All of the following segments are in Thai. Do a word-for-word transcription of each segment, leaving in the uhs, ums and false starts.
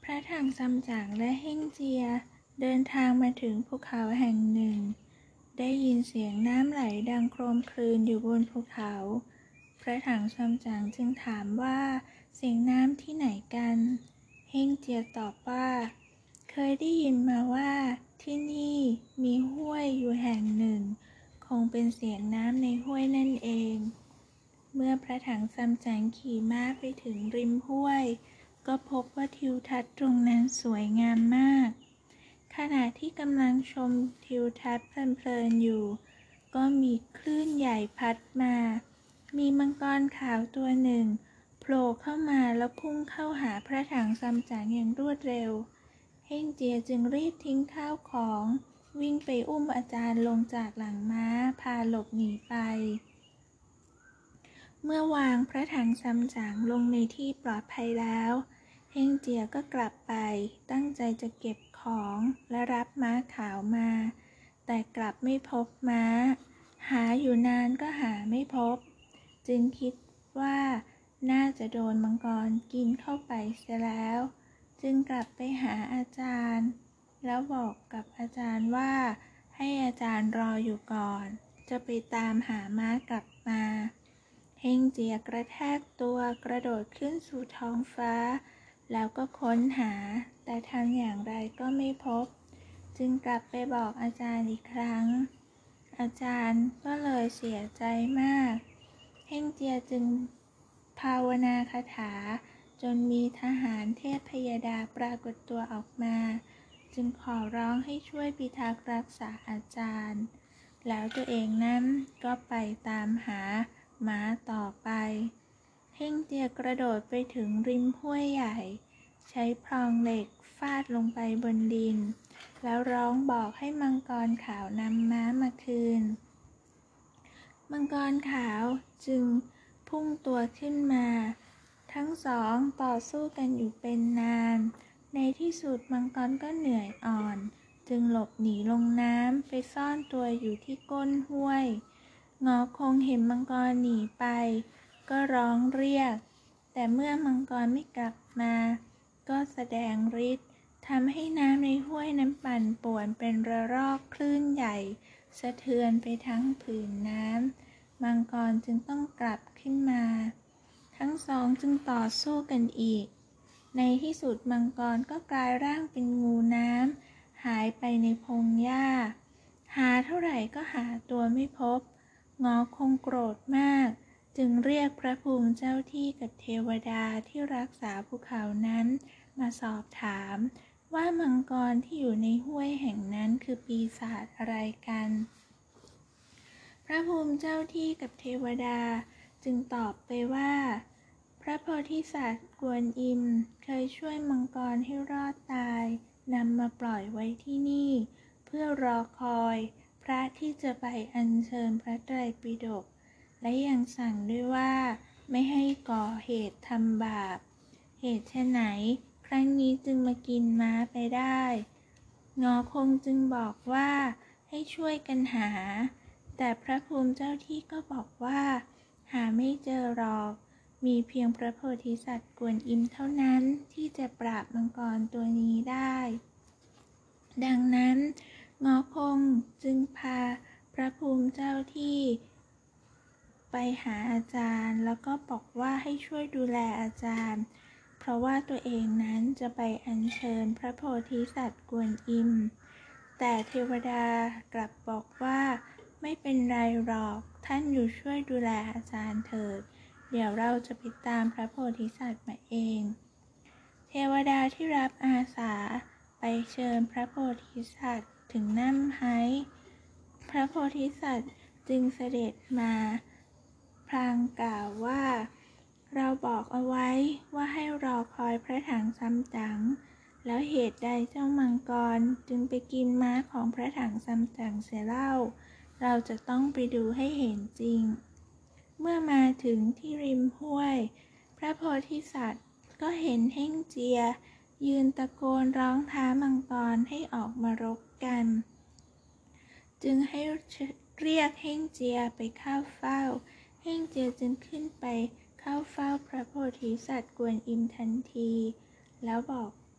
พระถังซัมจั๋งและเฮ่งเจียเดินทางมาถึงภูเขาแห่งหนึ่งได้ยินเสียงน้ำไหลดังโครมครืนอยู่บนภูเขาพระถังซัมจั๋งจึงถามว่าเสียงน้ำที่ไหนกันเฮ่งเจียตอบว่าเคยได้ยินมาว่าที่นี่มีห้วยอยู่แห่งหนึ่งคงเป็นเสียงน้ำในห้วยนั่นเองเมื่อพระถังซัมจั๋งขี่ม้าไปถึงริมห้วยก็พบว่าทิวทัศน์ตรงนั้นสวยงามมากขณะที่กำลังชมทิวทัศน์เพลินๆอยู่ก็มีคลื่นใหญ่พัดมามีมังกรขาวตัวหนึ่งโผล่เข้ามาแล้วพุ่งเข้าหาพระถังซัมจั๋งอย่างรวดเร็วเฮ่งเจียจึงรีบทิ้งข้าวของวิ่งไปอุ้มอาจารย์ลงจากหลังม้าพาหลบหนีไปเมื่อวางพระถังซัมจั๋งลงในที่ปลอดภัยแล้วเฮ่งเจียก็กลับไปตั้งใจจะเก็บของและรับม้าขาวมาแต่กลับไม่พบม้าหาอยู่นานก็หาไม่พบจึงคิดว่าน่าจะโดนมังกรกินเข้าไปเสียแล้วจึงกลับไปหาอาจารย์แล้วบอกกับอาจารย์ว่าให้อาจารย์รออยู่ก่อนจะไปตามหาม้ากลับมาเฮ่งเจียกระแทกตัวกระโดดขึ้นสู่ท้องฟ้าแล้วก็ค้นหาแต่ทำอย่างไรก็ไม่พบจึงกลับไปบอกอาจารย์อีกครั้งอาจารย์ก็เลยเสียใจมากเฮ่งเจียจึงภาวนาคาถาจนมีทหารเทพพยดาปรากฏตัวออกมาจึงขอร้องให้ช่วยพิทักษ์รักษาอาจารย์แล้วตัวเองนั้นก็ไปตามหาม้าต่อไปเฮ่งเจียกระโดดไปถึงริมห้วยใหญ่ใช้พลองเหล็กฟาดลงไปบนดินแล้วร้องบอกให้มังกรขาวนำม้ามาคืนมังกรขาวจึงพุ่งตัวขึ้นมาทั้งสองต่อสู้กันอยู่เป็นนานในที่สุดมังกรก็เหนื่อยอ่อนจึงหลบหนีลงน้ำไปซ่อนตัวอยู่ที่ก้นห้วยงอคงเห็นมังกรหนีไปก็ร้องเรียกแต่เมื่อมังกรไม่กลับมาก็แสดงฤทธิ์ทำให้น้ำในห้วยนั้นปั่นป่วนเป็นระลอกคลื่นใหญ่สะเทือนไปทั้งผืนน้ำมังกรจึงต้องกลับขึ้นมาทั้งสองจึงต่อสู้กันอีกในที่สุดมังกรก็กลายร่างเป็นงูน้ำหายไปในพงหญ้าหาเท่าไหร่ก็หาตัวไม่พบงอคงโกรธมากจึงเรียกพระภูมิเจ้าที่กับเทวดาที่รักษาภูเขานั้นมาสอบถามว่ามังกรที่อยู่ในห้วยแห่งนั้นคือปีศาจอะไรกันพระภูมิเจ้าที่กับเทวดาจึงตอบไปว่าพระโพธิสัตว์กวนอิมเคยช่วยมังกรให้รอดตายนำมาปล่อยไว้ที่นี่เพื่อรอคอยพระที่จะไปอัญเชิญพระไตรปิฎกและยังสั่งด้วยว่าไม่ให้ก่อเหตุทำบาปเหตุไฉนครั้งนี้จึงมากินม้าไปได้งอคงจึงบอกว่าให้ช่วยกันหาแต่พระภูมิเจ้าที่ก็บอกว่าหาไม่เจอหรอกมีเพียงพระโพธิสัตว์กวนอิมเท่านั้นที่จะปราบมังกรตัวนี้ได้ดังนั้นงอคงจึงพาพระภูมิเจ้าที่ไปหาอาจารย์แล้วก็บอกว่าให้ช่วยดูแลอาจารย์เพราะว่าตัวเองนั้นจะไปอัญเชิญพระโพธิสัตว์กวนอิมแต่เทวดากลับบอกว่าไม่เป็นไรหรอกท่านอยู่ช่วยดูแลอาจารย์เถิดเดี๋ยวเราจะไปตามพระโพธิสัตว์มาเองเทวดาที่รับอาสาไปเชิญพระโพธิสัตว์ถึงน้ำไห้พระโพธิสัตว์จึงเสด็จมาพลางกล่าวว่าเราบอกเอาไว้ว่าให้รอคอยพระถังซัมจั๋งแล้วเหตุใดเจ้ามังกรจึงไปกินม้าของพระถังซัมจั๋งเสียเล่าเราจะต้องไปดูให้เห็นจริงเมื่อมาถึงที่ริมห้วยพระโพธิสัตว์ก็เห็นเฮ่งเจียยืนตะโกนร้องท้ามังกรให้ออกมารบกันจึงให้เรียกเฮ่งเจียไปเข้าเฝ้าเฮ่งเจียจึงขึ้นไปเข้าเฝ้าพระโพธิสัตว์กวนอิมทันทีแล้วบอก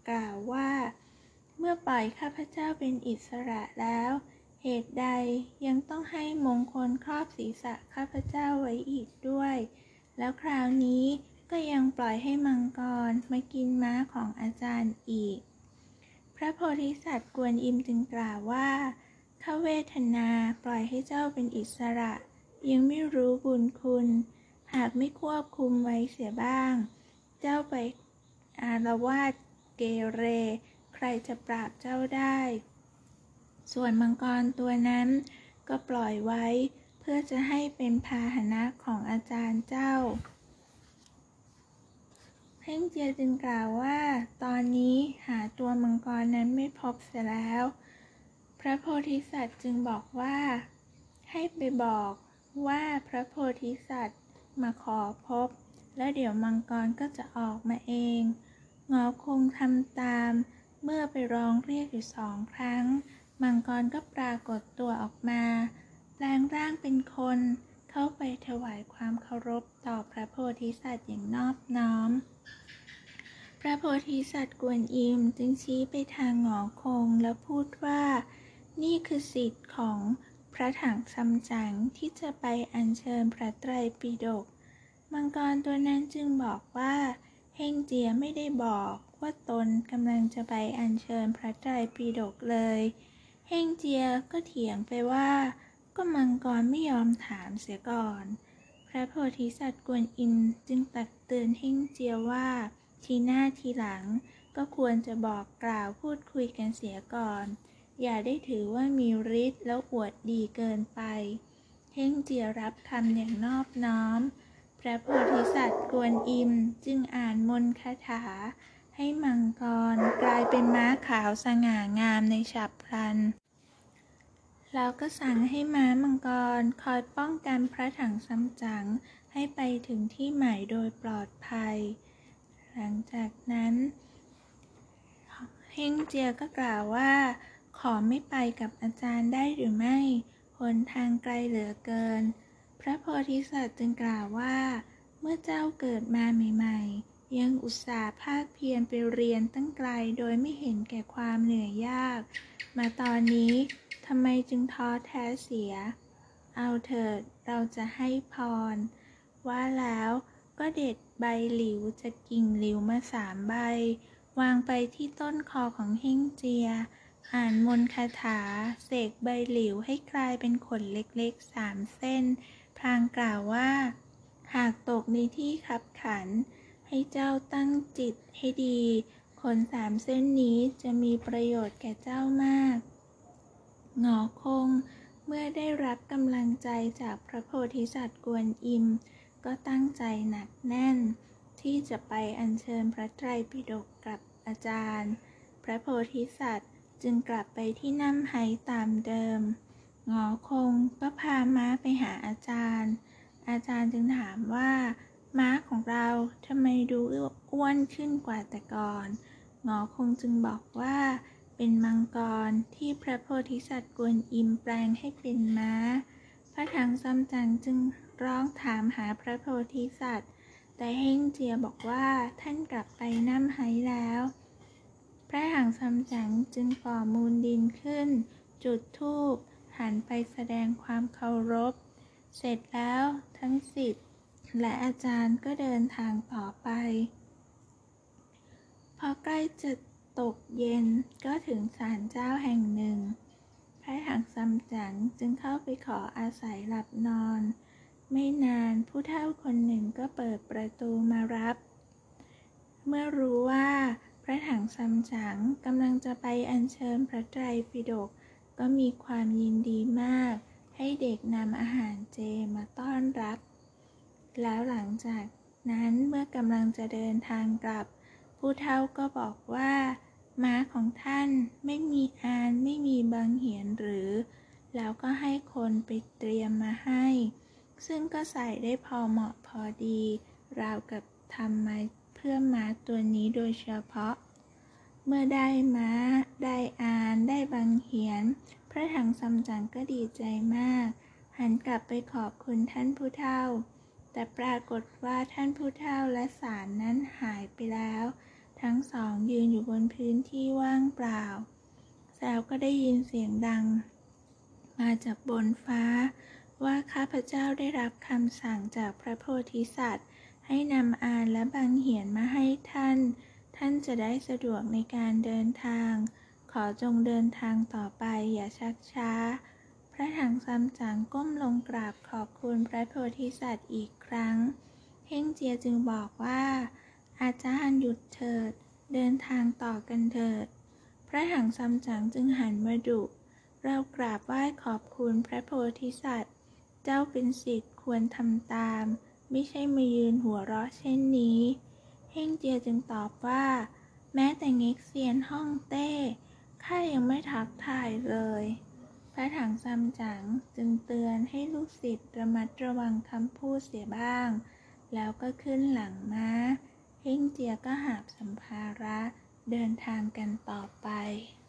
กล่าวว่าเมื่อปล่อยข้าพเจ้าเป็นอิสระแล้วเหตุใดยังต้องให้มงคลครอบศีรษะข้าพเจ้าไว้อีกด้วยแล้วคราวนี้ก็ยังปล่อยให้มังกรมากินม้าของอาจารย์อีกพระโพธิสัตว์กวนอิมจึงกล่าวว่าข้าเวทนาปล่อยให้เจ้าเป็นอิสระยังไม่รู้บุญคุณหากไม่ควบคุมไว้เสียบ้างเจ้าไปอาละวาดเกเรใครจะปราบเจ้าได้ส่วนมังกรตัวนั้นก็ปล่อยไว้เพื่อจะให้เป็นพาหนะของอาจารย์เจ้าเพ่งเจียจึงกล่าวว่าตอนนี้หาตัวมังกรนั้นไม่พบเสียแล้วพระโพธิสัตว์จึงบอกว่าให้ไปบอกว่าพระโพธิสัตว์มาขอพบแล้วเดี๋ยวมังกรก็จะออกมาเองงอคงทำตามเมื่อไปร้องเรียกอยู่สองครั้งมังกรก็ปรากฏตัวออกมาแปลงร่างเป็นคนเข้าไปถวายความเคารพต่อพระโพธิสัตว์อย่างนอบน้อมพระโพธิสัตว์กวนอิมจึงชี้ไปทางหงอคงแล้วพูดว่านี่คือสิทธิ์ของพระถังซัมจั๋งที่จะไปอัญเชิญพระไตรปิฎกมังกรตัวนั้นจึงบอกว่าเฮงเจียไม่ได้บอกว่าตนกำลังจะไปอัญเชิญพระไตรปิฎกเลยเฮงเจียก็เถียงไปว่าก็มังกรไม่ยอมถามเสียก่อนพระโพธิสัตว์กวนอิมจึงตักเตือนเฮงเจียว่าทีหน้าทีหลังก็ควรจะบอกกล่าวพูดคุยกันเสียก่อนอย่าได้ถือว่ามีฤทธิ์แล้วอวดดีเกินไปเฮงเจียรับคำอย่างนอบน้อมพระโพธิสัตว์กวนอิมจึงอ่านมนต์คาถาให้มังกรกลายเป็นม้าขาวสง่างามในฉับพลันแล้วก็สั่งให้ม้ามังกรคอยป้องกันพระถังซัมจั๋งให้ไปถึงที่หมายโดยปลอดภัยหลังจากนั้นเฮงเจียก็กล่าวว่าขอไม่ไปกับอาจารย์ได้หรือไม่หนทางไกลเหลือเกินพระโพธิสัตว์จึงกล่าวว่าเมื่อเจ้าเกิดมาใหม่ๆยังอุตส่าห์ภาคเพียรไปเรียนตั้งไกลโดยไม่เห็นแก่ความเหนื่อยยากมาตอนนี้ทำไมจึงท้อแท้เสียเอาเถิดเราจะให้พรว่าแล้วก็เด็ดใบหลิวจากกิ่งหลิวมาสามใบวางไปที่ต้นคอของเฮงเจียอ่านมนต์คาถาเสกใบหลิวให้กลายเป็นขนเล็กๆสามเส้นพลางกล่าวว่าหากตกในที่คับขันให้เจ้าตั้งจิตให้ดีขนสามเส้นนี้จะมีประโยชน์แก่เจ้ามากหงอคงเมื่อได้รับกำลังใจจากพระโพธิสัตว์กวนอิมก็ตั้งใจหนักแน่นที่จะไปอัญเชิญพระไตรปิฎกกับอาจารย์พระโพธิสัตว์จึงกลับไปที่น้ำไห้ตามเดิมหงอคงก็พาม้าไปหาอาจารย์อาจารย์จึงถามว่าม้าของเราทำไมดูอ้วนขึ้นกว่าแต่ก่อนหงอคงจึงบอกว่าเป็นมังกรที่พระโพธิสัตว์กวนอิมแปลงให้เป็นม้าพระถังซัมจั๋งจึงร้องถามหาพระโพธิสัตว์แต่เฮงเจียบอกว่าท่านกลับไปน้ำไห้แล้วพระถังซัมจั๋งจึงก่อมูลดินขึ้นจุดธูปหันไปแสดงความเคารพเสร็จแล้วทั้งศิษย์และอาจารย์ก็เดินทางต่อไปพอใกล้จะตกเย็นก็ถึงศาลเจ้าแห่งหนึ่งพระถังซัมจั๋งจึงเข้าไปขออาศัยหลับนอนไม่นานผู้เฒ่าคนหนึ่งก็เปิดประตูมารับเมื่อรู้ว่าพระถังซัมจั๋งกำลังจะไปอัญเชิญพระไตรปิฎกก็มีความยินดีมากให้เด็กนำอาหารเจมาต้อนรับแล้วหลังจากนั้นเมื่อกำลังจะเดินทางกลับผู้เฒ่าก็บอกว่าม้าของท่านไม่มีอานไม่มีบังเหียนหรือแล้วก็ให้คนไปเตรียมมาให้ซึ่งก็ใส่ได้พอเหมาะพอดีราวกับทำมาเพื่อม้าตัวนี้โดยเฉพาะเมื่อได้ม้าได้อานได้บังเหียนพระถังซัมจั๋งก็ดีใจมากหันกลับไปขอบคุณท่านผู้เฒ่าแต่ปรากฏว่าท่านผู้เฒ่าและศาลนั้นหายไปแล้วทั้งสองยืนอยู่บนพื้นที่ว่างเปล่าแล้วก็ได้ยินเสียงดังมาจากบนฟ้าว่าข้าพเจ้าได้รับคำสั่งจากพระโพธิสัตว์ให้นำอานและบังเหียนมาให้ท่านท่านจะได้สะดวกในการเดินทางขอจงเดินทางต่อไปอย่าชักช้าพระถังซัมจั๋งก้มลงกราบขอบคุณพระโพธิสัตว์อีกครั้งเฮ่งเจียจึงบอกว่าอาจารย์หยุดเถิดเดินทางต่อกันเถิดพระถังซัมจั๋งจึงหันมาดุเรากราบไหว้ขอบคุณพระโพธิสัตว์เจ้าเป็นศิษย์ควรทำตามไม่ใช่มายืนหัวเราะเช่นนี้เฮ่งเจียจึงตอบว่าแม้แต่เง็กเซียนฮ่องเต้ข้ายังไม่ทักทายเลยพระถังซัมจั๋งจึงเตือนให้ลูกศิษย์ระมัดระวังคำพูดเสียบ้างแล้วก็ขึ้นหลังม้าเฮ่งเจียก็หาบสัมภาระเดินทางกันต่อไป